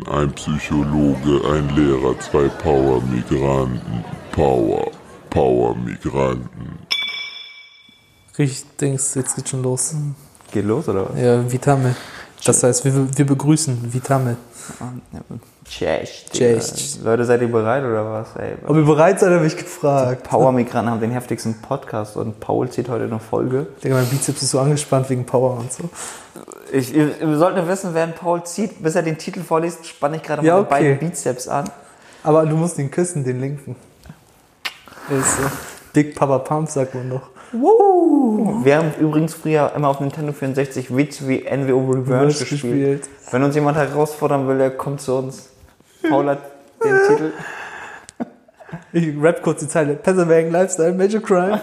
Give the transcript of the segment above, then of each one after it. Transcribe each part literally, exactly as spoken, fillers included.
ein Psychologe, ein Lehrer, zwei Power-Migranten. Power, Power-Migranten. Ich denke, jetzt geht schon los. Geht los, oder was? Ja, Vitame. Das heißt, wir, wir begrüßen Vitame. Cześć. Cześć. Leute, seid ihr bereit oder was? Ey, Ob ihr bereit seid, habe ich gefragt. Power-Migranten haben den heftigsten Podcast und Paul zieht heute eine Folge. Digga, mein Bizeps ist so angespannt wegen Power und so. Ich, ihr, ihr solltet wissen, während Paul zieht, bis er den Titel vorliest, spanne ich gerade Ja, meine okay. beiden Bizeps an. Aber du musst ihn küssen, den linken. Der ist so. Big Papa Pump, sagt man noch. Woo. Wir haben übrigens früher immer auf Nintendo vierundsechzig W wie N W O Revenge gespielt. gespielt. Wenn uns jemand herausfordern will, der kommt zu uns. Paul hat den Titel. Ich rap kurz die Zeile. Pennsylvania Lifestyle, Major Crime.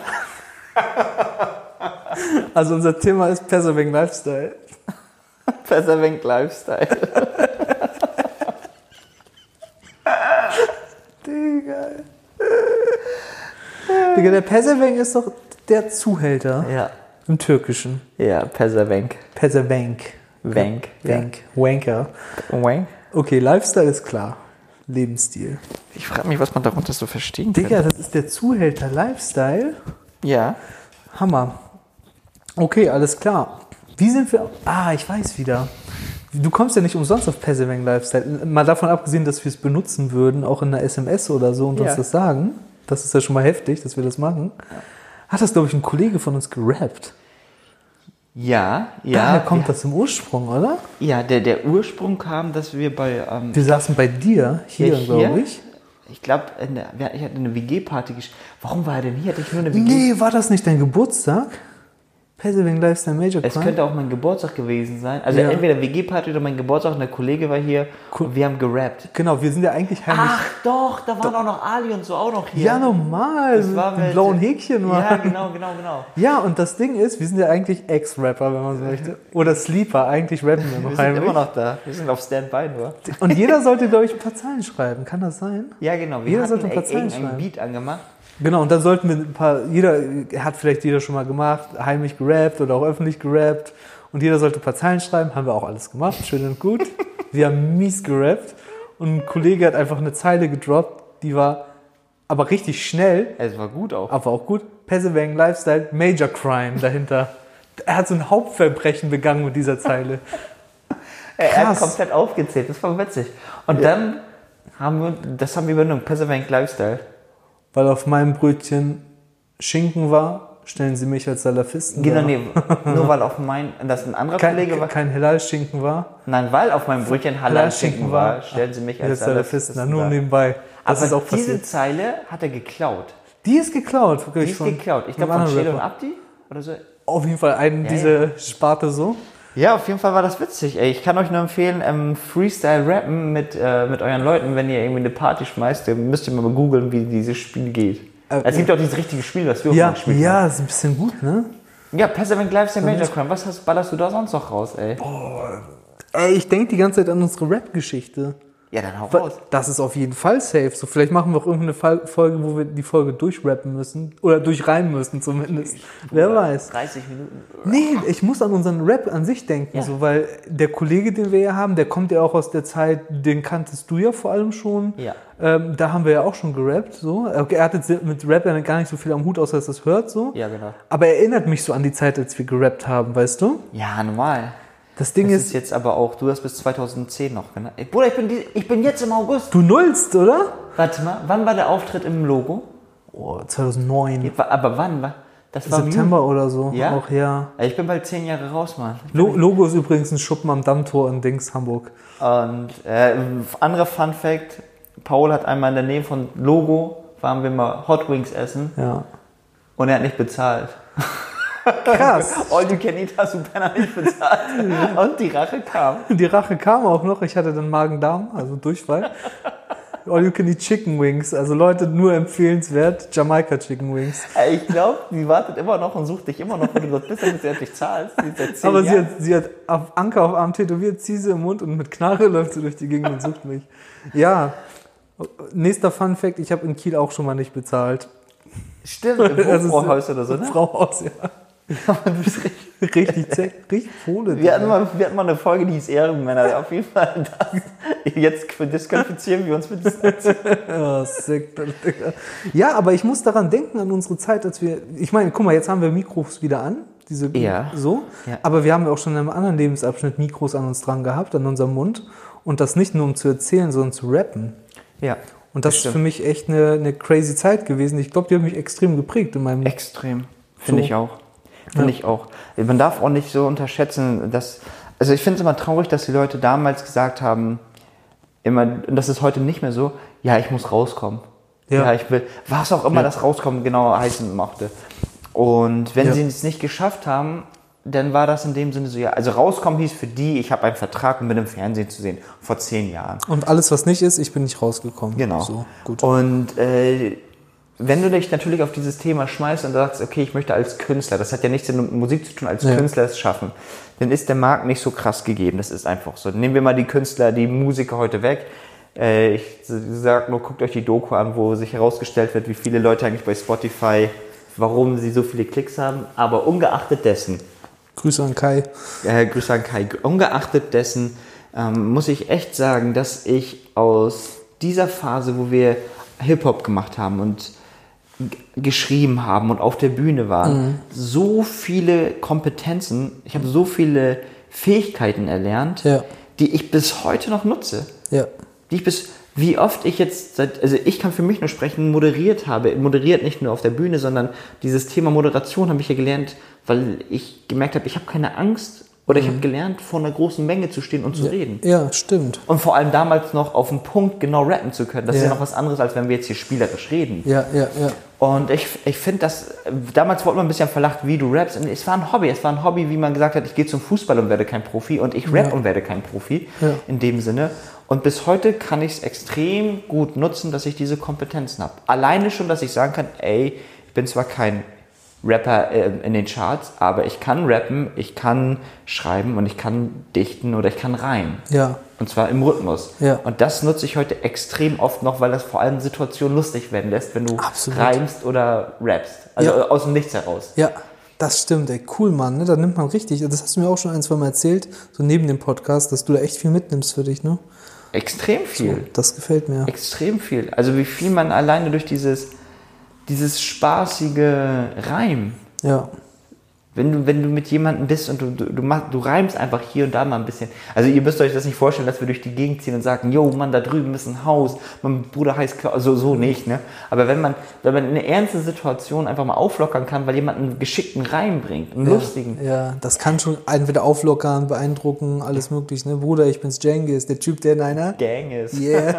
Also unser Thema ist Pennsylvania Lifestyle. Pennsylvania Lifestyle. Digga. Digga, der Pennsylvania ist doch der Zuhälter. Ja. Im Türkischen. Ja, Pennsylvania. Pennsylvania. Wank. Wank. Wanker. Wank. Okay, Lifestyle ist klar. Lebensstil. Ich frage mich, was man darunter so verstehen kann. Digga, das ist der Zuhälter Lifestyle. Ja. Hammer. Okay, alles klar. Wie sind wir... Ah, ich weiß wieder. Du kommst ja nicht umsonst auf Pennsylvania Lifestyle. Mal davon abgesehen, dass wir es benutzen würden, auch in einer S M S oder so und Ja. uns das sagen. Das ist ja schon mal heftig, dass wir das machen. Hat das, glaube ich, ein Kollege von uns gerappt. Ja, ja. Daher kommt wir, das im Ursprung, oder? Ja, der, der Ursprung kam, dass wir bei... Ähm, Wir saßen bei dir, hier, Ja, hier? glaube ich. ich glaube, ich hatte eine W G-Party gespielt. Warum war er denn hier? Hatte ich nur eine W G? Nee, war das nicht dein Geburtstag? Pennsylvania Lifestyle Major Es Crime? könnte auch mein Geburtstag gewesen sein. Also Ja. entweder W G-Party oder mein Geburtstag und der Kollege war hier Cool. und wir haben gerappt. Genau, wir sind ja eigentlich heimlich... Ach doch, da waren auch noch Ali und so auch noch hier. ja, normal, Das mit war dem mit- blauen Häkchen. Mann. Ja, genau, genau, genau. Ja, und das Ding ist, wir sind ja eigentlich Ex-Rapper, wenn man so möchte. Oder Sleeper, eigentlich rappen wir noch Wir sind heimlich. immer noch da. Wir sind auf Standby nur. Und jeder sollte, glaube ich, ein paar Zahlen schreiben. Kann das sein? Ja, genau. Wir Jeder hatten sollte ein paar ir- Zeilen irgendeinen schreiben. Beat angemacht. Genau, und dann sollten wir ein paar, jeder, hat vielleicht jeder schon mal gemacht, heimlich gerappt oder auch öffentlich gerappt. Und jeder sollte ein paar Zeilen schreiben, haben wir auch alles gemacht, schön und gut. Wir haben mies gerappt und ein Kollege hat einfach eine Zeile gedroppt, die war aber richtig schnell, Es war gut auch. aber auch gut. Pennsylvania Lifestyle, Major Crime dahinter. Er hat so ein Hauptverbrechen begangen mit dieser Zeile. Er hat krass. komplett aufgezählt. Das war witzig. Und dann haben wir, das haben wir übernommen. Pennsylvania Lifestyle. Weil auf meinem Brötchen Schinken war, stellen sie mich als Salafisten Genau, dar. nee, nur weil auf mein, das ein anderer Kollege Kein, war. kein Halal-Schinken war. Nein, weil auf meinem Brötchen Halal-Schinken Halal-Schinken war, war. stellen sie mich als Als Salafisten, dar. nur dar. nebenbei. Das Aber ist auch diese passiert. Zeile hat er geklaut. Die ist geklaut. Die ist geklaut. Ich glaube von Chelo und Abdi oder so. Auf jeden Fall einen Ja, diese Sparte so. Ja, auf jeden Fall war das witzig. Ey, ich kann euch nur empfehlen, ähm, Freestyle-Rappen mit, äh, mit euren Leuten, wenn ihr irgendwie eine Party schmeißt, dann müsst ihr mal googeln, wie dieses Spiel geht. Äh, es gibt auch dieses richtige Spiel, was wir auch Ja, mal gespielt ja, ist ein bisschen gut, ne? haben. Ja, Pennsylvania Lifestyle Major Crime. Was hast, ballerst du da sonst noch raus, ey? Ey, ich denke die ganze Zeit an unsere Rap-Geschichte. Ja, dann hau Weil raus. Das ist auf jeden Fall safe. So, vielleicht machen wir auch irgendeine Fall- Folge, wo wir die Folge durchrappen müssen. Oder durchreimen müssen zumindest. Wer weiß. dreißig Minuten. Nee, ich muss an unseren Rap an sich denken, Ja. so, weil der Kollege, den wir ja haben, der kommt ja auch aus der Zeit, den kanntest du ja vor allem schon. Ja. Ähm, da haben wir ja auch schon gerappt. So. Okay, er hat jetzt mit Rap ja gar nicht so viel am Hut, außer dass er es hört. So. Ja, genau. Aber er erinnert mich so an die Zeit, als wir gerappt haben, weißt du? Ja, normal. Das Ding Das ist, ist jetzt aber auch, du hast bis zweitauszehn noch, genau. Ey, Bruder, ich bin, die, ich bin jetzt im August. du nullst, oder? Warte mal, wann war der Auftritt im Logo? Oh, zweitausendneun. Aber wann war? Das war im September oder so. Ja? Auch, ja. Ey, Ich bin bald zehn Jahre raus, Mann. Lo- Logo ist übrigens ein Schuppen am Dammtor in Dings, Hamburg. Und äh, anderer Fun Fact, Paul hat einmal in der Nähe von Logo, waren wir mal Hot Wings essen Ja. und er hat nicht bezahlt. Krass. All you can eat hast du Penner nicht bezahlt. Und die Rache kam. Die Rache kam auch noch. Ich hatte dann Magen-Darm, also Durchfall. All you can eat Chicken Wings. Also Leute, nur empfehlenswert. Jamaika Chicken Wings. Ey, Ich glaube, die wartet immer noch und sucht dich immer noch, wenn du dort bist, damit sie endlich zahlst. Die ist seit zehn Aber sie Jahren. hat, sie hat auf Anker auf Arm tätowiert, Ziese im Mund und mit Knarre läuft sie durch die Gegend und sucht mich. Ja. Nächster Fun Fact, ich habe in Kiel auch schon mal nicht bezahlt. Stimmt, im Das ist- Hofbräuhaus oder so, ne? Frau aus, ja. du bist richtig, richtig, zäh, richtig Pole. Wir hatten, mal, wir hatten mal eine Folge, die hieß Ehrenmänner. Auf jeden Fall, das, jetzt disqualifizieren wir uns mit diesem ja, sick, ja, aber ich muss daran denken, an unsere Zeit, als wir, ich meine, guck mal, jetzt haben wir Mikros wieder an, diese, ja. so, ja. aber wir haben ja auch schon in einem anderen Lebensabschnitt Mikros an uns dran gehabt, an unserem Mund und das nicht nur um zu erzählen, sondern zu rappen. Ja. Und das, das ist für mich echt eine, eine crazy Zeit gewesen. Ich glaube, die hat mich extrem geprägt in meinem... Extrem, finde so. ich auch. Finde ja. ich auch. Man darf auch nicht so unterschätzen, dass, also ich finde es immer traurig, dass die Leute damals gesagt haben, immer, und das ist heute nicht mehr so, ja, ich muss rauskommen. Ja, ja ich will, was auch immer ja. das Rauskommen genau heißen mochte. Und wenn ja. sie es nicht geschafft haben, dann war das in dem Sinne so, ja, also rauskommen hieß für die, ich habe einen Vertrag, um mit dem Fernsehen zu sehen, vor zehn Jahren. Und alles, was nicht ist, ich bin nicht rausgekommen. Genau. So, gut. Und äh, wenn du dich natürlich auf dieses Thema schmeißt und sagst, okay, ich möchte als Künstler, das hat ja nichts mit Musik zu tun, als ja. Künstler es schaffen, dann ist der Markt nicht so krass gegeben. Das ist einfach so. Nehmen wir mal die Künstler, die Musiker heute weg. Äh, ich sag nur, guckt euch die Doku an, wo sich herausgestellt wird, wie viele Leute eigentlich bei Spotify, warum sie so viele Klicks haben. Aber ungeachtet dessen, Grüße an Kai. Äh, Grüße an Kai. Ungeachtet dessen ähm, muss ich echt sagen, dass ich aus dieser Phase, wo wir Hip-Hop gemacht haben und geschrieben haben und auf der Bühne waren, mhm. so viele Kompetenzen, ich habe so viele Fähigkeiten erlernt, ja. die ich bis heute noch nutze. Ja. Die ich bis, wie oft ich jetzt, seit, also ich kann für mich nur sprechen, moderiert habe, moderiert nicht nur auf der Bühne, sondern dieses Thema Moderation habe ich ja gelernt, weil ich gemerkt habe, ich habe keine Angst oder ich mhm. habe gelernt, vor einer großen Menge zu stehen und zu ja. reden. Ja, stimmt. Und vor allem damals noch auf den Punkt genau rappen zu können. Das ja. ist ja noch was anderes, als wenn wir jetzt hier spielerisch reden. Ja, ja, ja. Und ich, ich finde das, damals wurde man ein bisschen verlacht, wie du rappst. Und es war ein Hobby. Es war ein Hobby, wie man gesagt hat, ich gehe zum Fußball und werde kein Profi. Und ich rap ja. und werde kein Profi. Ja. In dem Sinne. Und bis heute kann ich es extrem gut nutzen, dass ich diese Kompetenzen habe. Alleine schon, dass ich sagen kann, ey, ich bin zwar kein Rapper äh, in den Charts, aber ich kann rappen, ich kann schreiben und ich kann dichten oder ich kann reimen. Ja. Und zwar im Rhythmus. Ja. Und das nutze ich heute extrem oft noch, weil das vor allem Situationen lustig werden lässt, wenn du Absolut. reimst oder rappst. Also ja. aus dem Nichts heraus. Ja, das stimmt, ey. Cool, Mann. Ne? Da nimmt man richtig, das hast du mir auch schon ein, zwei Mal erzählt, so neben dem Podcast, dass du da echt viel mitnimmst für dich, ne? Extrem viel. So, das gefällt mir. Extrem viel. Also wie viel man alleine durch dieses dieses spaßige Reim. Ja. Wenn du, wenn du mit jemandem bist und du, du, du, mach, du reimst einfach hier und da mal ein bisschen. Also ihr müsst euch das nicht vorstellen, dass wir durch die Gegend ziehen und sagen, jo, Mann, da drüben ist ein Haus, mein Bruder heißt Klaus, also so nicht, ne? Aber wenn man, wenn man eine ernste Situation einfach mal auflockern kann, weil jemand einen geschickten Reim bringt, einen ja, lustigen. Ja, das kann schon entweder auflockern, beeindrucken, alles mögliche, ne? Bruder, ich bin's Cengiz, der Typ, der in einer Gang ist. Yeah.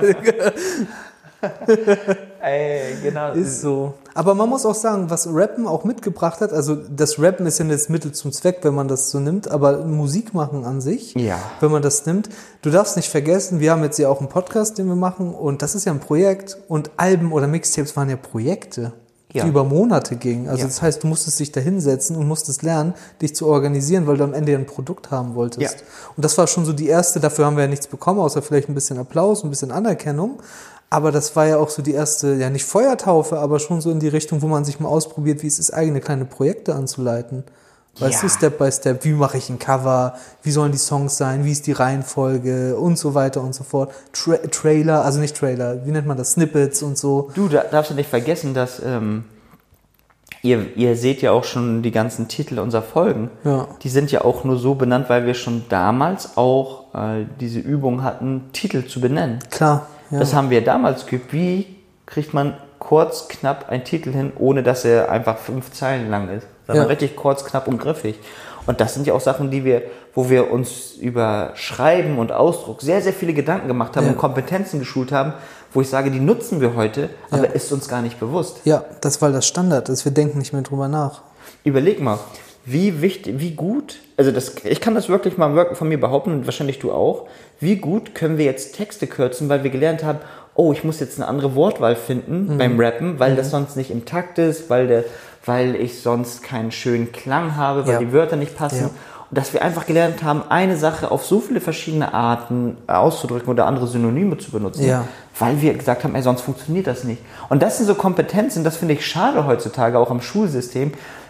Ey, genau. Ist so. Aber man muss auch sagen, was Rappen auch mitgebracht hat, also das Rappen ist ja das Mittel zum Zweck, wenn man das so nimmt, aber Musik machen an sich, ja. wenn man das nimmt, du darfst nicht vergessen, wir haben jetzt ja auch einen Podcast, den wir machen und das ist ja ein Projekt und Alben oder Mixtapes waren ja Projekte, die ja. über Monate gingen. Also ja. das heißt, du musstest dich da hinsetzen und musstest lernen, dich zu organisieren, weil du am Ende ein Produkt haben wolltest. Ja. Und das war schon so die erste, dafür haben wir ja nichts bekommen, außer vielleicht ein bisschen Applaus, ein bisschen Anerkennung. Aber das war ja auch so die erste, ja nicht Feuertaufe, aber schon so in die Richtung, wo man sich mal ausprobiert, wie es ist, eigene kleine Projekte anzuleiten. Weißt ja. du, Step by Step, wie mache ich ein Cover, wie sollen die Songs sein, wie ist die Reihenfolge und so weiter und so fort. Tra- Trailer, also nicht Trailer, wie nennt man das, Snippets und so. Du, da darfst du nicht vergessen, dass ähm, ihr, ihr seht ja auch schon die ganzen Titel unserer Folgen. Ja. Die sind ja auch nur so benannt, weil wir schon damals auch äh, diese Übung hatten, Titel zu benennen. Klar. Ja. Das haben wir damals geübt. Wie kriegt man kurz, knapp einen Titel hin, ohne dass er einfach fünf Zeilen lang ist? Sondern ja. richtig kurz, knapp und griffig. Und das sind ja auch Sachen, die wir, wo wir uns über Schreiben und Ausdruck sehr, sehr viele Gedanken gemacht haben ja. und Kompetenzen geschult haben, wo ich sage, die nutzen wir heute, aber ja. ist uns gar nicht bewusst. Ja, das weil das Standard ist. Wir denken nicht mehr drüber nach. Überleg mal, wie wichtig, wie gut, also das, ich kann das wirklich mal von mir behaupten und wahrscheinlich du auch, wie gut können wir jetzt Texte kürzen, weil wir gelernt haben, oh, ich muss jetzt eine andere Wortwahl finden mhm. beim Rappen, weil mhm. das sonst nicht im Takt ist, weil, der, weil ich sonst keinen schönen Klang habe, weil ja. die Wörter nicht passen. Ja. Und dass wir einfach gelernt haben, eine Sache auf so viele verschiedene Arten auszudrücken oder andere Synonyme zu benutzen, ja. weil wir gesagt haben, ey, sonst funktioniert das nicht. Und das sind so Kompetenzen, das finde ich schade heutzutage auch am Schulsystem,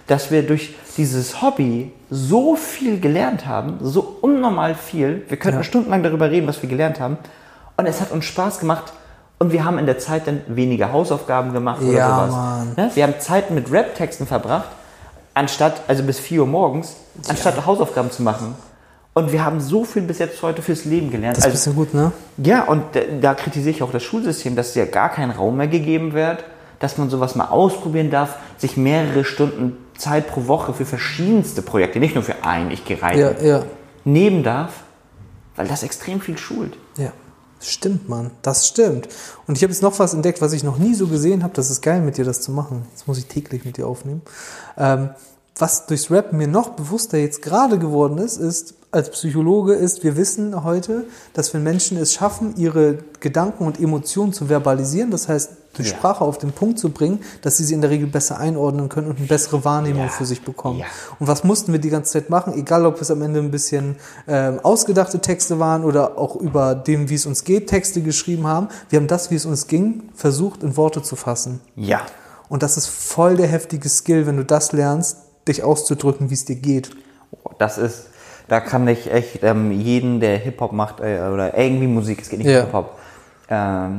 dass wir durch dieses Hobby so viel gelernt haben, so unnormal viel. Wir könnten Ja. stundenlang darüber reden, was wir gelernt haben. Und es hat uns Spaß gemacht. Und wir haben in der Zeit dann weniger Hausaufgaben gemacht oder Ja, sowas. Mann. Ne? Wir haben Zeit mit Rap-Texten verbracht, anstatt, also bis vier Uhr morgens, anstatt Hausaufgaben zu machen. Und wir haben so viel bis jetzt heute fürs Leben gelernt. Das ist ein Also, bisschen gut, ne? ja, und da, da kritisiere ich auch das Schulsystem, dass ja gar kein Raum mehr gegeben wird, dass man sowas mal ausprobieren darf, sich mehrere Stunden Zeit pro Woche für verschiedenste Projekte, nicht nur für ein, ich gehe reiten, Ja, ja. nehmen darf, weil das extrem viel schult. Ja, stimmt, Mann. Das stimmt. Und ich habe jetzt noch was entdeckt, was ich noch nie so gesehen habe. Das ist geil, mit dir das zu machen. Jetzt muss ich täglich mit dir aufnehmen. Ähm, was durchs Rap mir noch bewusster jetzt gerade geworden ist, ist, als Psychologe ist, wir wissen heute, dass wenn Menschen es schaffen, ihre Gedanken und Emotionen zu verbalisieren, das heißt, durch Ja. Sprache auf den Punkt zu bringen, dass sie sie in der Regel besser einordnen können und eine bessere Wahrnehmung Ja. für sich bekommen. Ja. Und was mussten wir die ganze Zeit machen? Egal, ob es am Ende ein bisschen ähm, ausgedachte Texte waren oder auch über dem, wie es uns geht, Texte geschrieben haben. Wir haben das, wie es uns ging, versucht, in Worte zu fassen. Ja. Und das ist voll der heftige Skill, wenn du das lernst, dich auszudrücken, wie es dir geht. Das ist, da kann ich echt ähm, jeden, der Hip-Hop macht äh, oder irgendwie Musik, es geht nicht Ja. um Hip-Hop, ähm,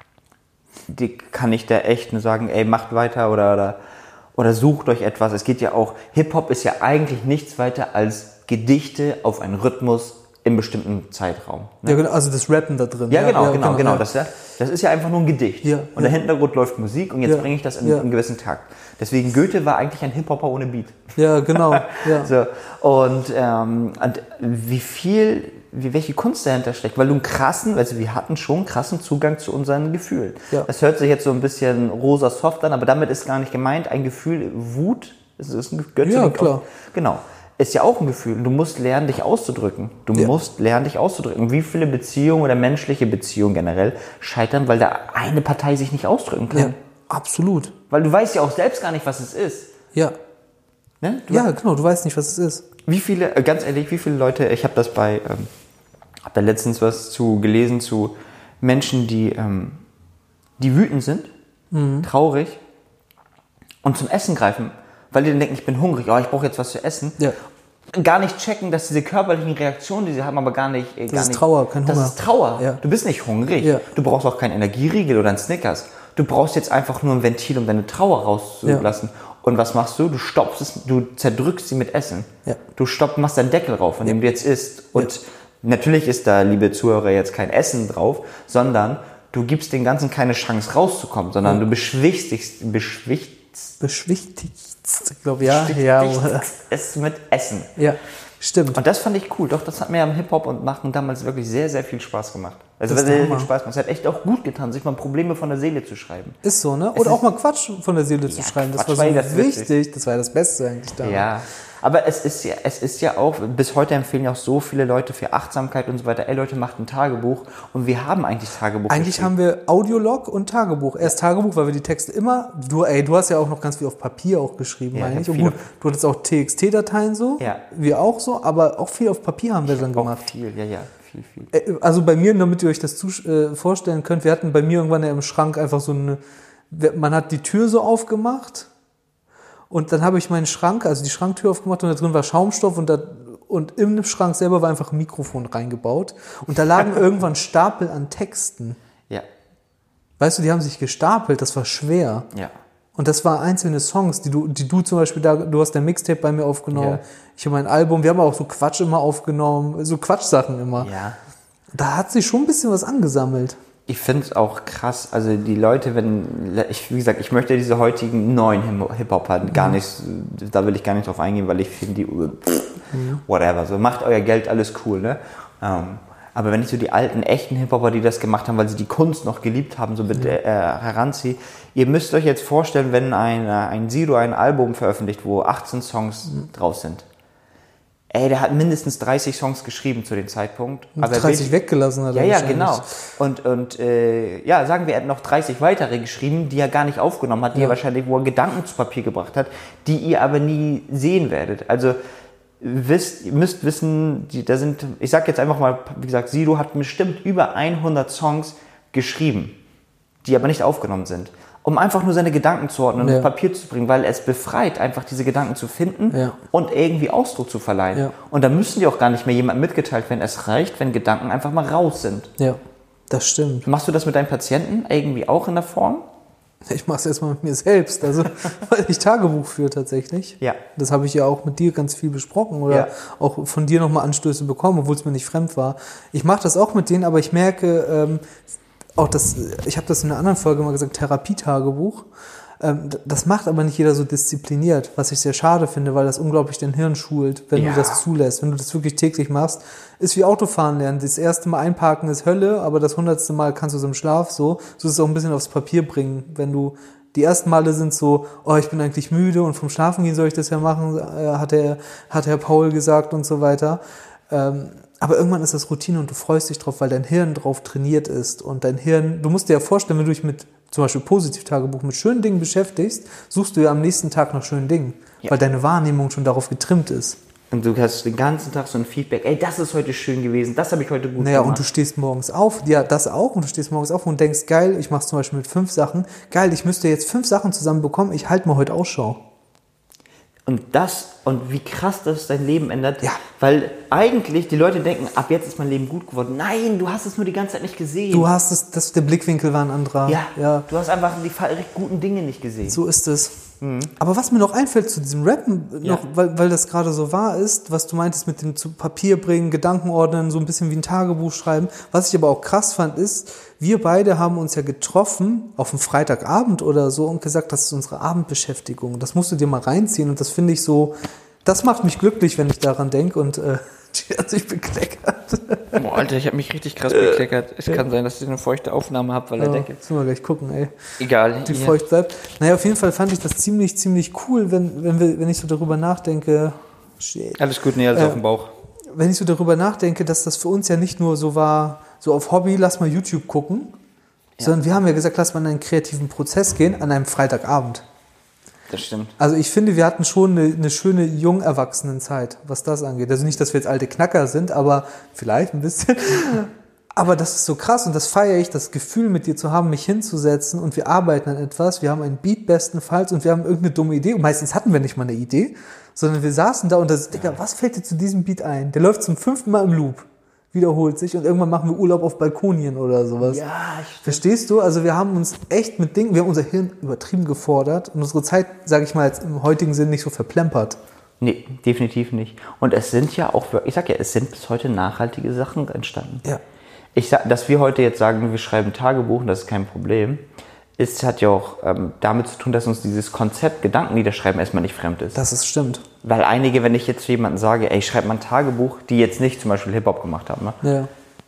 die kann ich da echt nur sagen, ey, macht weiter oder, oder, oder sucht euch etwas. Es geht ja auch, Hip-Hop ist ja eigentlich nichts weiter als Gedichte auf einen Rhythmus im bestimmten Zeitraum. Ne? Ja, genau, also das Rappen da drin. Ja, genau, genau, genau. ja. Das, ist ja- das ist ja einfach nur ein Gedicht. Ja, und ja. im Hintergrund läuft Musik und jetzt Ja, bringe ich das in ja. einen gewissen Takt. Deswegen Goethe war eigentlich ein Hip-Hopper ohne Beat. Ja, genau. Ja. So, und, ähm, und wie viel, wie, welche Kunst dahinter steckt, weil du einen krassen, also wir hatten schon einen krassen Zugang zu unseren Gefühlen. Ja. Das hört sich jetzt so ein bisschen rosa soft an, aber damit ist gar nicht gemeint, ein Gefühl, Wut, es ist ein Götze. Ja, liegt klar. Auf, genau. Ist ja auch ein Gefühl. Du musst lernen, dich auszudrücken. Du Ja. musst lernen, dich auszudrücken. Wie viele Beziehungen oder menschliche Beziehungen generell scheitern, weil da eine Partei sich nicht ausdrücken kann? Ja, absolut. Weil du weißt ja auch selbst gar nicht, was es ist. Ja. Ne? Du Ja, genau, du weißt nicht, was es ist. Wie viele, äh, ganz ehrlich, wie viele Leute, ich habe das bei, ähm, habe da letztens was zu gelesen zu Menschen, die, ähm, die wütend sind, traurig und zum Essen greifen, weil die dann denken, ich bin hungrig, oh, ich brauche jetzt was zu essen. Ja. Gar nicht checken, dass diese körperlichen Reaktionen, die sie haben, aber gar nicht. äh, gar ist nicht, Trauer, kein Das Hunger. ist Trauer. Ja. Du bist nicht hungrig. Ja. Du brauchst auch keinen Energieriegel oder einen Snickers. Du brauchst jetzt einfach nur ein Ventil, um deine Trauer rauszulassen. Und was machst du? Du stoppst es, du zerdrückst sie mit Essen. Ja. Du stopp, machst deinen Deckel drauf, von dem du jetzt isst. Und natürlich ist da, liebe Zuhörer, jetzt kein Essen drauf, sondern du gibst den Ganzen keine Chance rauszukommen, sondern du beschwichtigst, beschwichtigst, Beschwichtigst, glaube ich. Ja, ja. es mit Essen. Ja, stimmt. Und das fand ich cool. Doch, das hat mir am Hip-Hop und Machen damals wirklich sehr, sehr viel Spaß gemacht. Also Das ist sehr, der sehr viel Hammer. Spaß gemacht. Es hat echt auch gut getan, sich mal Probleme von der Seele zu schreiben. Ist so, ne? Es Oder ist- auch mal Quatsch von der Seele zu Ja, schreiben. Das Quatsch war war so ja das wichtig. Wichtigste. Das war ja das Beste eigentlich da. Ja, aber es ist ja, es ist ja auch, bis heute empfehlen ja auch so viele Leute für Achtsamkeit und so weiter, ey Leute, macht ein Tagebuch und wir haben eigentlich Tagebuch. Eigentlich geschrieben. haben wir Audiolog und Tagebuch. Erst Tagebuch, weil wir die Texte immer, du, ey, du hast ja auch noch ganz viel auf Papier auch geschrieben, Ja, meine ich ich. hab Und viel gut, du hattest auch T X T-Dateien so, Ja. wir auch so, aber auch viel auf Papier haben wir dann Auch gemacht. viel, ja, ja, viel, viel. Äh, Also bei mir, damit ihr euch das zu, äh, vorstellen könnt, wir hatten bei mir irgendwann ja im Schrank einfach so eine, man hat die Tür so aufgemacht und dann habe ich meinen Schrank, also die Schranktür aufgemacht und da drin war Schaumstoff und da und im Schrank selber war einfach ein Mikrofon reingebaut und da lagen irgendwann Stapel an Texten. Ja, Weißt du, die haben sich gestapelt, das war schwer. ja. Und das waren einzelne Songs, die du, die du zum Beispiel da, du hast dein Mixtape bei mir aufgenommen, Ja. ich habe mein Album, wir haben auch so Quatsch immer aufgenommen, so Quatschsachen immer. Ja. Da hat sich schon ein bisschen was angesammelt. Ich finde es auch krass, also die Leute, wenn, ich, wie gesagt, ich möchte diese heutigen neuen Hip- Hip-Hopper gar nicht, da will ich gar nicht drauf eingehen, weil ich finde die, pff, whatever, so macht euer Geld, alles cool, ne? Ähm, aber wenn ich so die alten, echten Hip-Hopper, die das gemacht haben, weil sie die Kunst noch geliebt haben, so mit, äh, heranziehe, ihr müsst euch jetzt vorstellen, wenn ein, ein Sido ein Album veröffentlicht, wo achtzehn Songs drauf sind. Ey, der hat mindestens dreißig Songs geschrieben zu dem Zeitpunkt. Und dreißig weggelassen hat Ja, er ja, wahrscheinlich. genau. Und, und äh, ja, sagen wir, er hat noch dreißig weitere geschrieben, die er gar nicht aufgenommen hat, die Ja. er wahrscheinlich, wo er Gedanken zu Papier gebracht hat, die ihr aber nie sehen werdet. Also wisst, ihr müsst wissen, die, da sind, ich sag jetzt einfach mal, wie gesagt, Sido hat bestimmt über hundert Songs geschrieben, die aber nicht aufgenommen sind. um einfach nur seine Gedanken zu ordnen und Ja. auf Papier zu bringen, weil es befreit, einfach diese Gedanken zu finden Ja. und irgendwie Ausdruck zu verleihen. Ja. Und da müssen die auch gar nicht mehr jemandem mitgeteilt werden. Es reicht, wenn Gedanken einfach mal raus sind. Ja, das stimmt. Machst du das mit deinen Patienten irgendwie auch in der Form? Ich mache es erstmal mit mir selbst, also weil ich Tagebuch führe tatsächlich. Ja. Das habe ich ja auch mit dir ganz viel besprochen oder Ja. auch von dir nochmal Anstöße bekommen, obwohl es mir nicht fremd war. Ich mache das auch mit denen, aber ich merke, ähm, auch das, ich habe das in einer anderen Folge mal gesagt, Therapietagebuch. Ähm, das macht aber nicht jeder so diszipliniert, was ich sehr schade finde, weil das unglaublich dein Hirn schult, wenn Ja. du das zulässt. Wenn du das wirklich täglich machst, ist wie Autofahren lernen. Das erste Mal einparken ist Hölle, aber das hundertste Mal kannst du es im Schlaf so. So ist es auch ein bisschen aufs Papier bringen. Wenn du, die ersten Male sind so, oh, ich bin eigentlich müde und vom Schlafen gehen soll ich das ja machen, äh, hat der, hat Herr Paul gesagt und so weiter. Ähm, aber irgendwann ist das Routine und du freust dich drauf, weil dein Hirn drauf trainiert ist. Und dein Hirn, du musst dir ja vorstellen, wenn du dich mit zum Beispiel Positivtagebuch mit schönen Dingen beschäftigst, suchst du ja am nächsten Tag nach schönen Dingen, Ja. weil deine Wahrnehmung schon darauf getrimmt ist. Und du hast den ganzen Tag so ein Feedback, ey, das ist heute schön gewesen, das habe ich heute gut Naja, gemacht. und du stehst morgens auf, ja, das auch, und du stehst morgens auf und denkst, geil, ich mach's zum Beispiel mit fünf Sachen, geil, ich müsste jetzt fünf Sachen zusammenbekommen, ich halte mal heute Ausschau. Und das, und wie krass das dein Leben ändert, Ja. weil eigentlich die Leute denken, ab jetzt ist mein Leben gut geworden. Nein, du hast es nur die ganze Zeit nicht gesehen. Du hast es, das, der Blickwinkel war ein anderer. ja, ja. du hast einfach die fa- richtig guten Dinge nicht gesehen. So ist es. Aber was mir noch einfällt zu diesem Rappen, noch, Ja. weil, weil das gerade so wahr ist, was du meintest mit dem zu Papier bringen, Gedanken ordnen, so ein bisschen wie ein Tagebuch schreiben. Was ich aber auch krass fand, ist, wir beide haben uns ja getroffen auf einem Freitagabend oder so und gesagt, das ist unsere Abendbeschäftigung. Das musst du dir mal reinziehen und das finde ich so, das macht mich glücklich, wenn ich daran denke und äh, die hat sich bekleckert. Boah, Alter, ich habe mich richtig krass bekleckert. Es kann sein, dass ich eine feuchte Aufnahme habe, weil Ja, er Decke. müssen wir gleich gucken, ey. Egal. Die hier. feucht bleibt. Naja, auf jeden Fall fand ich das ziemlich, ziemlich cool, wenn, wenn, wir, wenn ich so darüber nachdenke. Shit. Alles gut, nee, alles Äh, auf dem Bauch. Wenn ich so darüber nachdenke, dass das für uns ja nicht nur so war, so auf Hobby, lass mal YouTube gucken, sondern wir haben ja gesagt, lass mal in einen kreativen Prozess gehen an einem Freitagabend. Das stimmt. Also ich finde, wir hatten schon eine, eine schöne Jung-Erwachsenen-Zeit, was das angeht. Also nicht, dass wir jetzt alte Knacker sind, aber vielleicht ein bisschen. Aber das ist so krass und das feiere ich, das Gefühl mit dir zu haben, mich hinzusetzen und wir arbeiten an etwas. Wir haben einen Beat bestenfalls und wir haben irgendeine dumme Idee. Und meistens hatten wir nicht mal eine Idee, sondern wir saßen da und das, Digga, was fällt dir zu diesem Beat ein? Der läuft zum fünften Mal im Loop, wiederholt sich und irgendwann machen wir Urlaub auf Balkonien oder sowas. Ja, ich Verstehst du? Also wir haben uns echt mit Dingen, wir haben unser Hirn übertrieben gefordert und unsere Zeit, sage ich mal jetzt im heutigen Sinn, nicht so verplempert. Nee, definitiv nicht. Und es sind ja auch, wirklich- ich sag ja, es sind bis heute nachhaltige Sachen entstanden. Ja. Ich sag, dass wir heute jetzt sagen, wir schreiben Tagebuch, und das ist kein Problem, ist, hat ja auch ähm, damit zu tun, dass uns dieses Konzept Gedankenniederschreiben erstmal nicht fremd ist. Das ist stimmt. Weil einige, wenn ich jetzt zu jemandem sage, ey, ich schreibe mal ein Tagebuch, die jetzt nicht zum Beispiel Hip-Hop gemacht haben, ne? Ja.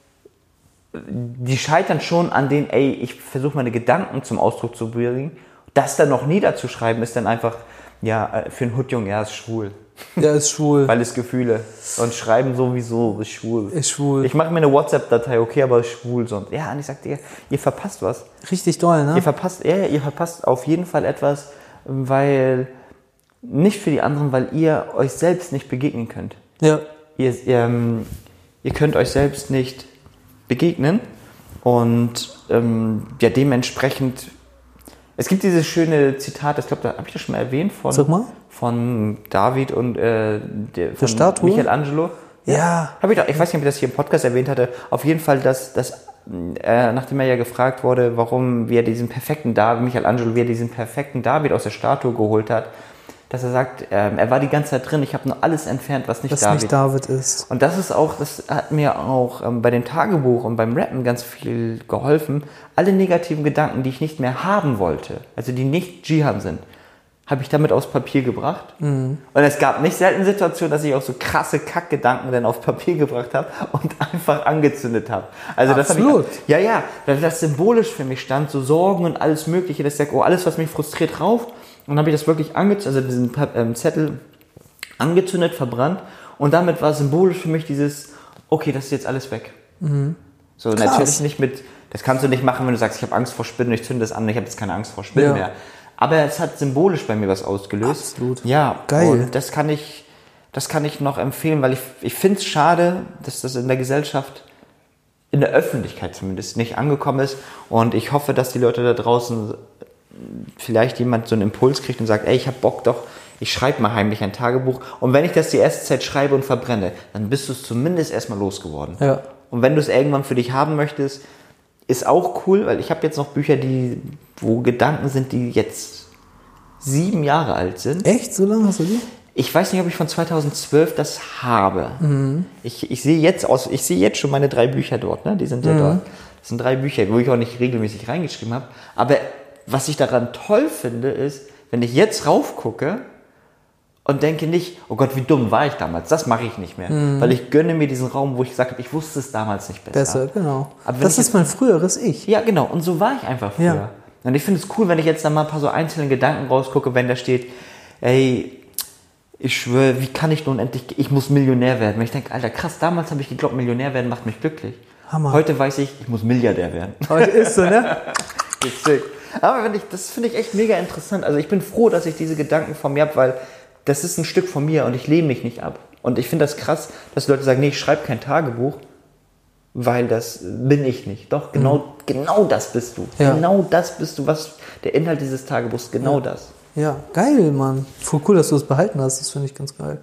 Die scheitern schon an den, ey, ich versuche meine Gedanken zum Ausdruck zu bringen. Das dann noch niederzuschreiben, ist dann einfach, ja, äh, für einen Hutjungen, ja, ist schwul. Der ist schwul. Weil es Gefühle. Und schreiben sowieso ist schwul. Ist schwul. Ich mache mir eine WhatsApp-Datei, okay, aber ist schwul sonst. Ja, und ich sag dir, ihr verpasst was. Richtig doll, ne? Ihr verpasst, ja, ihr verpasst auf jeden Fall etwas, weil, nicht für die anderen, weil ihr euch selbst nicht begegnen könnt. Ja. Ihr, ähm, ihr könnt euch selbst nicht begegnen und ähm, ja, dementsprechend, es gibt dieses schöne Zitat, ich glaube, da habe ich das schon mal erwähnt, von, Sag mal. von David und äh, der, von Statue? Michelangelo. Ja. Hab ich, doch, ich weiß nicht, ob ich das hier im Podcast erwähnt hatte. Auf jeden Fall, dass, dass äh, nachdem er ja gefragt wurde, warum wir diesen perfekten David, Michelangelo, wie er diesen perfekten David aus der Statue geholt hat, dass er sagt, ähm, er war die ganze Zeit drin, ich habe nur alles entfernt, was nicht Was David. nicht David ist. Und das ist auch, das hat mir auch ähm, bei dem Tagebuch und beim Rappen ganz viel geholfen. Alle negativen Gedanken, die ich nicht mehr haben wollte, also die nicht Jihan sind, habe ich damit aufs Papier gebracht. Mhm. Und es gab nicht selten Situationen, dass ich auch so krasse Kackgedanken dann aufs Papier gebracht habe und einfach angezündet habe. Also das habe Absolut. ich, ja, ja, dass das symbolisch für mich stand, so Sorgen und alles Mögliche, dass ich sage, oh, alles, was mich frustriert, rauf. Und dann habe ich das wirklich angezündet, also diesen ähm, Zettel angezündet, verbrannt. Und damit war symbolisch für mich dieses, okay, das ist jetzt alles weg. Mhm. So, Krass. natürlich nicht mit, das kannst du nicht machen, wenn du sagst, ich habe Angst vor Spinnen, ich zünde das an, ich habe jetzt keine Angst vor Spinnen Ja. mehr. Aber es hat symbolisch bei mir was ausgelöst. Absolut. Ja, Geil. Und das kann ich, das kann ich noch empfehlen, weil ich, ich finde es schade, dass das in der Gesellschaft, in der Öffentlichkeit zumindest, nicht angekommen ist. Und ich hoffe, dass die Leute da draußen vielleicht jemand so einen Impuls kriegt und sagt, ey, ich hab Bock doch, ich schreibe mal heimlich ein Tagebuch. Und wenn ich das die erste Zeit schreibe und verbrenne, dann bist du es zumindest erstmal losgeworden. Ja. Und wenn du es irgendwann für dich haben möchtest, ist auch cool, weil ich habe jetzt noch Bücher, die, wo Gedanken sind, die jetzt sieben Jahre alt sind. Echt? So lange hast du die? Ich weiß nicht, ob ich von zweitausendzwölf das habe. Mhm. Ich, ich sehe jetzt aus, ich sehe jetzt schon meine drei Bücher dort, ne? Die sind ja mhm. dort. Das sind drei Bücher, wo ich auch nicht regelmäßig reingeschrieben habe. Aber was ich daran toll finde, ist, wenn ich jetzt raufgucke und denke nicht, oh Gott, wie dumm war ich damals, das mache ich nicht mehr. Mhm. Weil ich gönne mir diesen Raum, wo ich gesagt habe, ich wusste es damals nicht besser. Besser, genau. Aber das ist mein früheres Ich. Ja, genau. Und so war ich einfach früher. Ja. Und ich finde es cool, wenn ich jetzt da mal ein paar so einzelne Gedanken rausgucke, wenn da steht, ey, ich schwöre, wie kann ich nun endlich, ich muss Millionär werden. Wenn ich denke, Alter, krass, damals habe ich geglaubt, Millionär werden macht mich glücklich. Hammer. Heute weiß ich, ich muss Milliardär werden. Heute ist so, ne? Witzig. Aber wenn ich, das finde ich echt mega interessant. Also ich bin froh, dass ich diese Gedanken von mir habe, weil das ist ein Stück von mir und ich lehne mich nicht ab. Und ich finde das krass, dass Leute sagen, nee, ich schreibe kein Tagebuch, weil das bin ich nicht. Doch, genau, mhm. genau das bist du. Ja. Genau das bist du, was der Inhalt dieses Tagebuchs, genau ja. das. Ja, geil, Mann. Voll cool, dass du das behalten hast. Das finde ich ganz geil.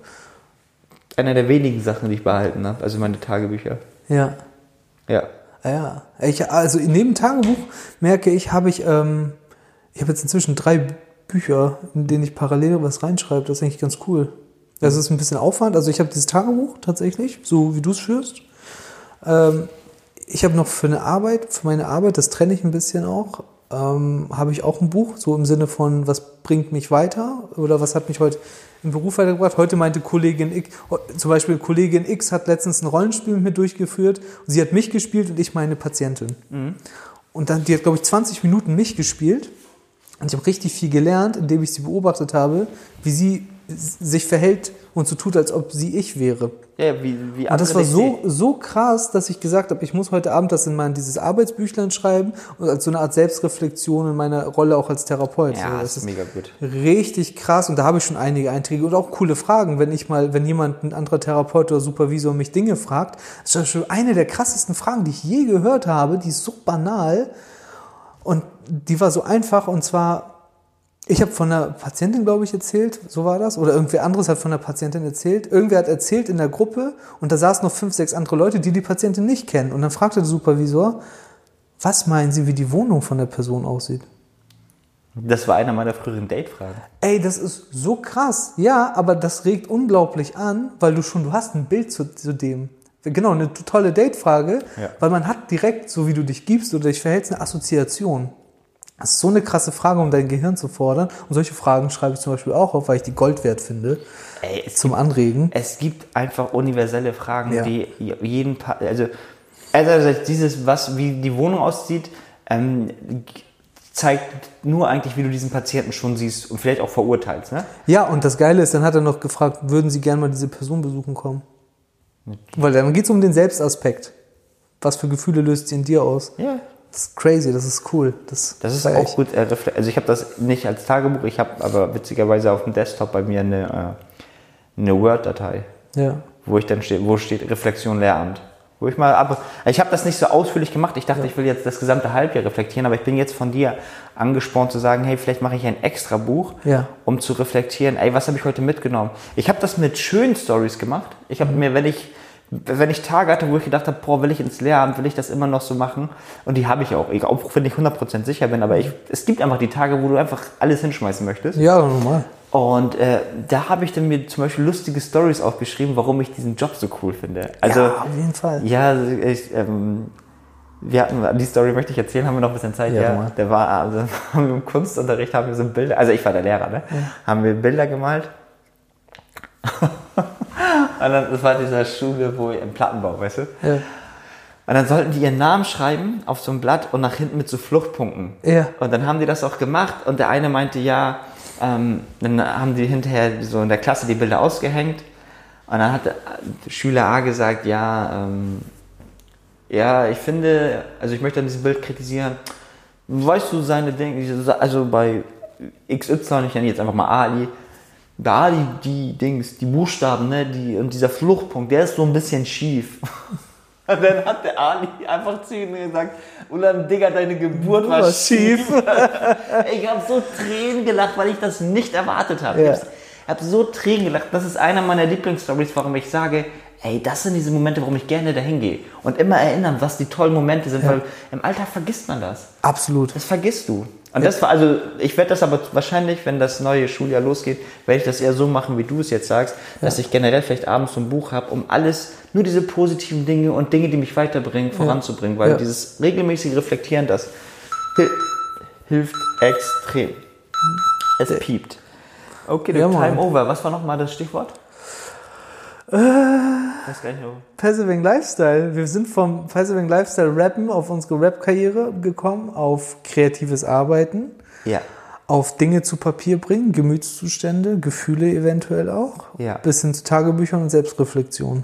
Einer der wenigen Sachen, die ich behalten habe, also meine Tagebücher. Ja. Ja. Ja, ich, also neben Tagebuch merke ich, habe ich, ähm, ich habe jetzt inzwischen drei Bücher, in denen ich parallel was reinschreibe. Das ist eigentlich ganz cool. Das ist ein bisschen Aufwand. Also ich habe dieses Tagebuch tatsächlich, so wie du es führst. Ähm, ich habe noch für eine Arbeit, für meine Arbeit, das trenne ich ein bisschen auch, ähm, habe ich auch ein Buch, so im Sinne von, was bringt mich weiter oder was hat mich heute im Beruf weitergebracht. Heute meinte Kollegin X, zum Beispiel Kollegin X hat letztens ein Rollenspiel mit mir durchgeführt. Sie hat mich gespielt und ich meine Patientin. Mhm. Und dann, die hat, glaube ich, zwanzig Minuten mich gespielt. Und ich habe richtig viel gelernt, indem ich sie beobachtet habe, wie sie sich verhält und so tut, als ob sie ich wäre. Ja, wie, wie und das war so, so krass, dass ich gesagt habe, ich muss heute Abend das in mein dieses Arbeitsbüchlein schreiben und als so eine Art Selbstreflexion in meiner Rolle auch als Therapeut. Ja, so, das das ist ist mega gut. Richtig krass und da habe ich schon einige Einträge und auch coole Fragen, wenn ich mal, wenn jemand, ein anderer Therapeut oder Supervisor mich Dinge fragt. Das ist schon eine der krassesten Fragen, die ich je gehört habe, die ist so banal und die war so einfach und zwar, ich habe von einer Patientin, glaube ich, erzählt, so war das, oder irgendwer anderes hat von einer Patientin erzählt. Irgendwer hat erzählt in der Gruppe und da saßen noch fünf, sechs andere Leute, die die Patientin nicht kennen. Und dann fragte der Supervisor, was meinen Sie, wie die Wohnung von der Person aussieht? Das war einer meiner früheren Date-Fragen. Ey, das ist so krass. Ja, aber das regt unglaublich an, weil du schon, du hast ein Bild zu, zu dem. Genau, eine tolle Date-Frage, ja. Weil man hat direkt, so wie du dich gibst oder dich verhältst, eine Assoziation. Das ist so eine krasse Frage, um dein Gehirn zu fordern. Und solche Fragen schreibe ich zum Beispiel auch auf, weil ich die Gold wert finde. Ey, es zum gibt, Anregen. Es gibt einfach universelle Fragen, ja. Die jeden pa- also also dieses, was wie die Wohnung aussieht, ähm, zeigt nur eigentlich, wie du diesen Patienten schon siehst und vielleicht auch verurteilst, ne? Ja, und das Geile ist, dann hat er noch gefragt, würden Sie gerne mal diese Person besuchen kommen? Mhm. Weil dann geht es um den Selbstaspekt. Was für Gefühle löst sie in dir aus? Ja. Das ist crazy, das ist cool. Das, das ist auch gut. Also ich habe das nicht als Tagebuch, ich habe aber witzigerweise auf dem Desktop bei mir eine, eine Word-Datei, ja. wo ich dann steht, wo steht Reflexion Lehramt. Wo ich mal ab, ich habe das nicht so ausführlich gemacht. Ich dachte, ja. ich will jetzt das gesamte Halbjahr reflektieren, aber ich bin jetzt von dir angespornt zu sagen, hey, vielleicht mache ich ein extra Buch, ja. um zu reflektieren. Ey, was habe ich heute mitgenommen? Ich habe das mit schönen Stories gemacht. Ich habe mhm. mir, wenn ich Wenn ich Tage hatte, wo ich gedacht habe, boah, will ich ins Lehramt, will ich das immer noch so machen? Und die habe ich auch. Ich, auch wenn ich hundert Prozent sicher bin, aber ich, es gibt einfach die Tage, wo du einfach alles hinschmeißen möchtest. Ja, normal. Und äh, da habe ich dann mir zum Beispiel lustige Stories aufgeschrieben, warum ich diesen Job so cool finde. Also, ja, auf jeden Fall. Ja, ich, ähm, wir hatten, die Story möchte ich erzählen, haben wir noch ein bisschen Zeit. Ja, ja der war, also haben wir im Kunstunterricht, haben wir so Bilder, also ich war der Lehrer, ne? Ja. Haben wir Bilder gemalt. Und dann, das war dieser Schule, wo im Plattenbau, weißt du? Ja. Und dann sollten die ihren Namen schreiben auf so ein Blatt und nach hinten mit so Fluchtpunkten. Ja. Und dann haben die das auch gemacht und der eine meinte, ja, ähm, dann haben die hinterher so in der Klasse die Bilder ausgehängt und dann hat der Schüler A gesagt, ja, ähm, ja, ich finde, also ich möchte an diesem Bild kritisieren, weißt du, seine Dinge, also bei X Y, ich nenne jetzt einfach mal Ali, da die, die Dings, die Buchstaben, ne, die, und dieser Fluchtpunkt, der ist so ein bisschen schief. Und dann hat der Ali einfach zu ihm gesagt, Ulan, Digga, deine Geburt war Was schief. schief. Ich habe so Tränen gelacht, weil ich das nicht erwartet habe. Ja. Ich habe so Tränen gelacht. Das ist einer meiner Lieblingsstories, warum ich sage, ey, das sind diese Momente, warum ich gerne dahin gehe. Und immer erinnern, was die tollen Momente sind, Ja. weil im Alltag vergisst man das. Absolut. Das vergisst du. Und das war, also, ich werde das aber wahrscheinlich, wenn das neue Schuljahr losgeht, werde ich das eher so machen, wie du es jetzt sagst, dass ich generell vielleicht abends so ein Buch habe, um alles, nur diese positiven Dinge und Dinge, die mich weiterbringen, voranzubringen. Weil Ja. dieses regelmäßige Reflektieren, das hil- hilft extrem. Es piept. Okay, Ja, Time Mann. over. Was war nochmal das Stichwort? Äh, weiß gar nicht mehr. Passive Lifestyle. Wir sind vom Passive Lifestyle Rappen auf unsere Rap-Karriere gekommen, auf kreatives Arbeiten, Ja. auf Dinge zu Papier bringen, Gemütszustände, Gefühle eventuell auch, Ja. bis hin zu Tagebüchern und Selbstreflexion.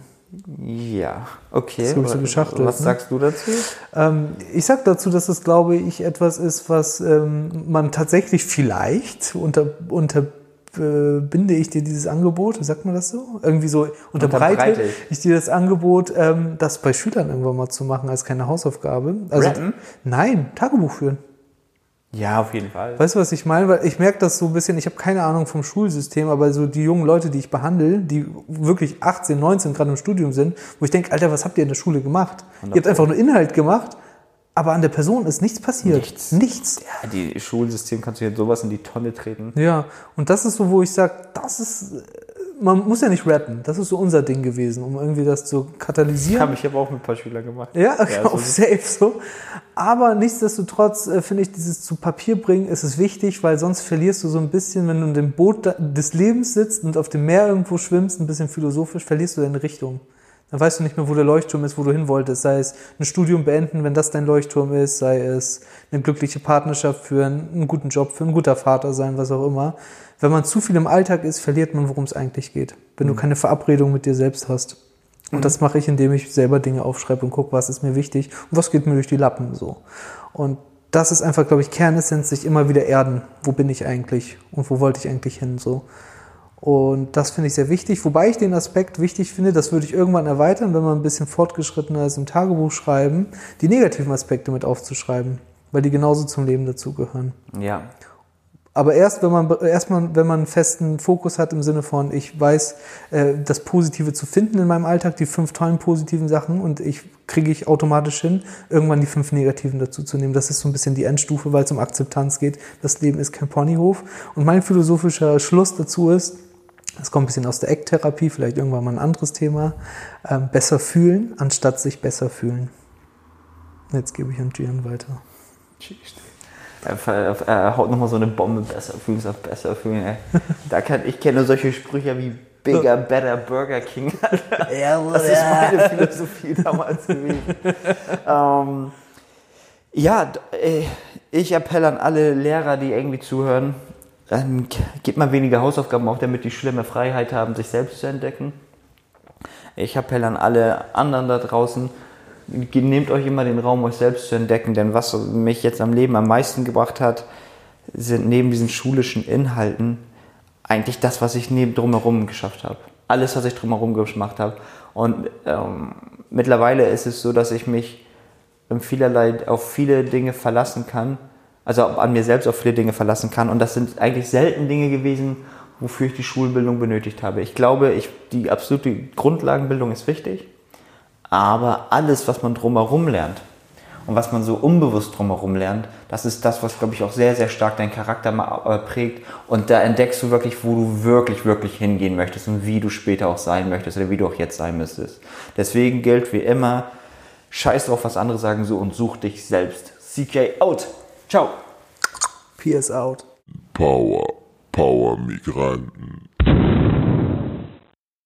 Ja, okay. Das hab ich so geschachtelt, Was ne? sagst du dazu? Ähm, ich sag dazu, dass es, glaube ich, etwas ist, was ähm, man tatsächlich vielleicht unter, unter äh, binde ich dir dieses Angebot, sagt man das so? Irgendwie so unterbreite, Unterbreite ich. ich. dir das Angebot, ähm, das bei Schülern irgendwann mal zu machen als keine Hausaufgabe. Also, Rappen? Nein, Tagebuch führen. Ja, auf jeden Fall. Weißt du, was ich meine? Weil ich merke das so ein bisschen, ich habe keine Ahnung vom Schulsystem, aber so die jungen Leute, die ich behandle, die wirklich achtzehn, neunzehn gerade im Studium sind, wo ich denke, Alter, was habt ihr in der Schule gemacht? Ihr habt einfach nur Inhalt gemacht, aber an der Person ist nichts passiert. Nichts. Nichts. Ja, die Schulsystem kannst du jetzt sowas in die Tonne treten. Ja, und das ist so, wo ich sage, das ist, man muss ja nicht rappen. Das ist so unser Ding gewesen, um irgendwie das zu katalysieren. Habe ich aber auch mit ein paar Schülern gemacht. Ja, okay, so auf ist- safe so. Aber nichtsdestotrotz äh, finde ich, dieses zu Papier bringen, ist es wichtig, weil sonst verlierst du so ein bisschen, wenn du in dem Boot da- des Lebens sitzt und auf dem Meer irgendwo schwimmst, ein bisschen philosophisch, verlierst du deine Richtung. Dann weißt du nicht mehr, wo der Leuchtturm ist, wo du hin wolltest. Sei es ein Studium beenden, wenn das dein Leuchtturm ist, sei es eine glückliche Partnerschaft führen, einen guten Job führen, ein guter Vater sein, was auch immer. Wenn man zu viel im Alltag ist, verliert man, worum es eigentlich geht. Wenn du keine Verabredung mit dir selbst hast. Und das mache ich, indem ich selber Dinge aufschreibe und gucke, was ist mir wichtig und was geht mir durch die Lappen so. Und das ist einfach, glaube ich, Kernessenz, sich immer wieder erden. Wo bin ich eigentlich und wo wollte ich eigentlich hin so. Und das finde ich sehr wichtig, wobei ich den Aspekt wichtig finde, das würde ich irgendwann erweitern, wenn man ein bisschen fortgeschrittener ist im Tagebuch schreiben, die negativen Aspekte mit aufzuschreiben, weil die genauso zum Leben dazugehören. Ja. Aber erst, wenn man erstmal, wenn man einen festen Fokus hat im Sinne von, ich weiß, äh, das Positive zu finden in meinem Alltag, die fünf tollen positiven Sachen und ich kriege ich automatisch hin, irgendwann die fünf negativen dazu zu nehmen. Das ist so ein bisschen die Endstufe, weil es um Akzeptanz geht. Das Leben ist kein Ponyhof. Und mein philosophischer Schluss dazu ist, das kommt ein bisschen aus der Ecktherapie, vielleicht irgendwann mal ein anderes Thema, ähm, besser fühlen, anstatt sich besser fühlen. Jetzt gebe ich an Gian weiter. Er, er haut nochmal so eine Bombe, besser fühlen, auf besser fühlen. Ey. Da kann, ich kenne solche Sprüche wie Bigger, Better, Burger King. Das ist meine Philosophie damals gewesen. ähm, ja, ich appelle an alle Lehrer, die irgendwie zuhören, ähm, gebt mal weniger Hausaufgaben auf, damit die Schüler mehr Freiheit haben, sich selbst zu entdecken. Ich appelle an alle anderen da draußen, nehmt euch immer den Raum, euch selbst zu entdecken, denn was mich jetzt am Leben am meisten gebracht hat, sind neben diesen schulischen Inhalten eigentlich das, was ich neben drumherum geschafft habe. Alles, was ich drumherum gemacht habe. Und ähm, mittlerweile ist es so, dass ich mich in vielerlei auf viele Dinge verlassen kann, also an mir selbst auf viele Dinge verlassen kann. Und das sind eigentlich selten Dinge gewesen, wofür ich die Schulbildung benötigt habe. Ich glaube, ich, die absolute Grundlagenbildung ist wichtig. Aber alles, was man drumherum lernt und was man so unbewusst drumherum lernt, das ist das, was, glaube ich, auch sehr, sehr stark deinen Charakter prägt. Und da entdeckst du wirklich, wo du wirklich, wirklich hingehen möchtest und wie du später auch sein möchtest oder wie du auch jetzt sein müsstest. Deswegen gilt wie immer, scheiß drauf, was andere sagen, so und such dich selbst. C K out. Ciao. P S out. Power, Power Migranten.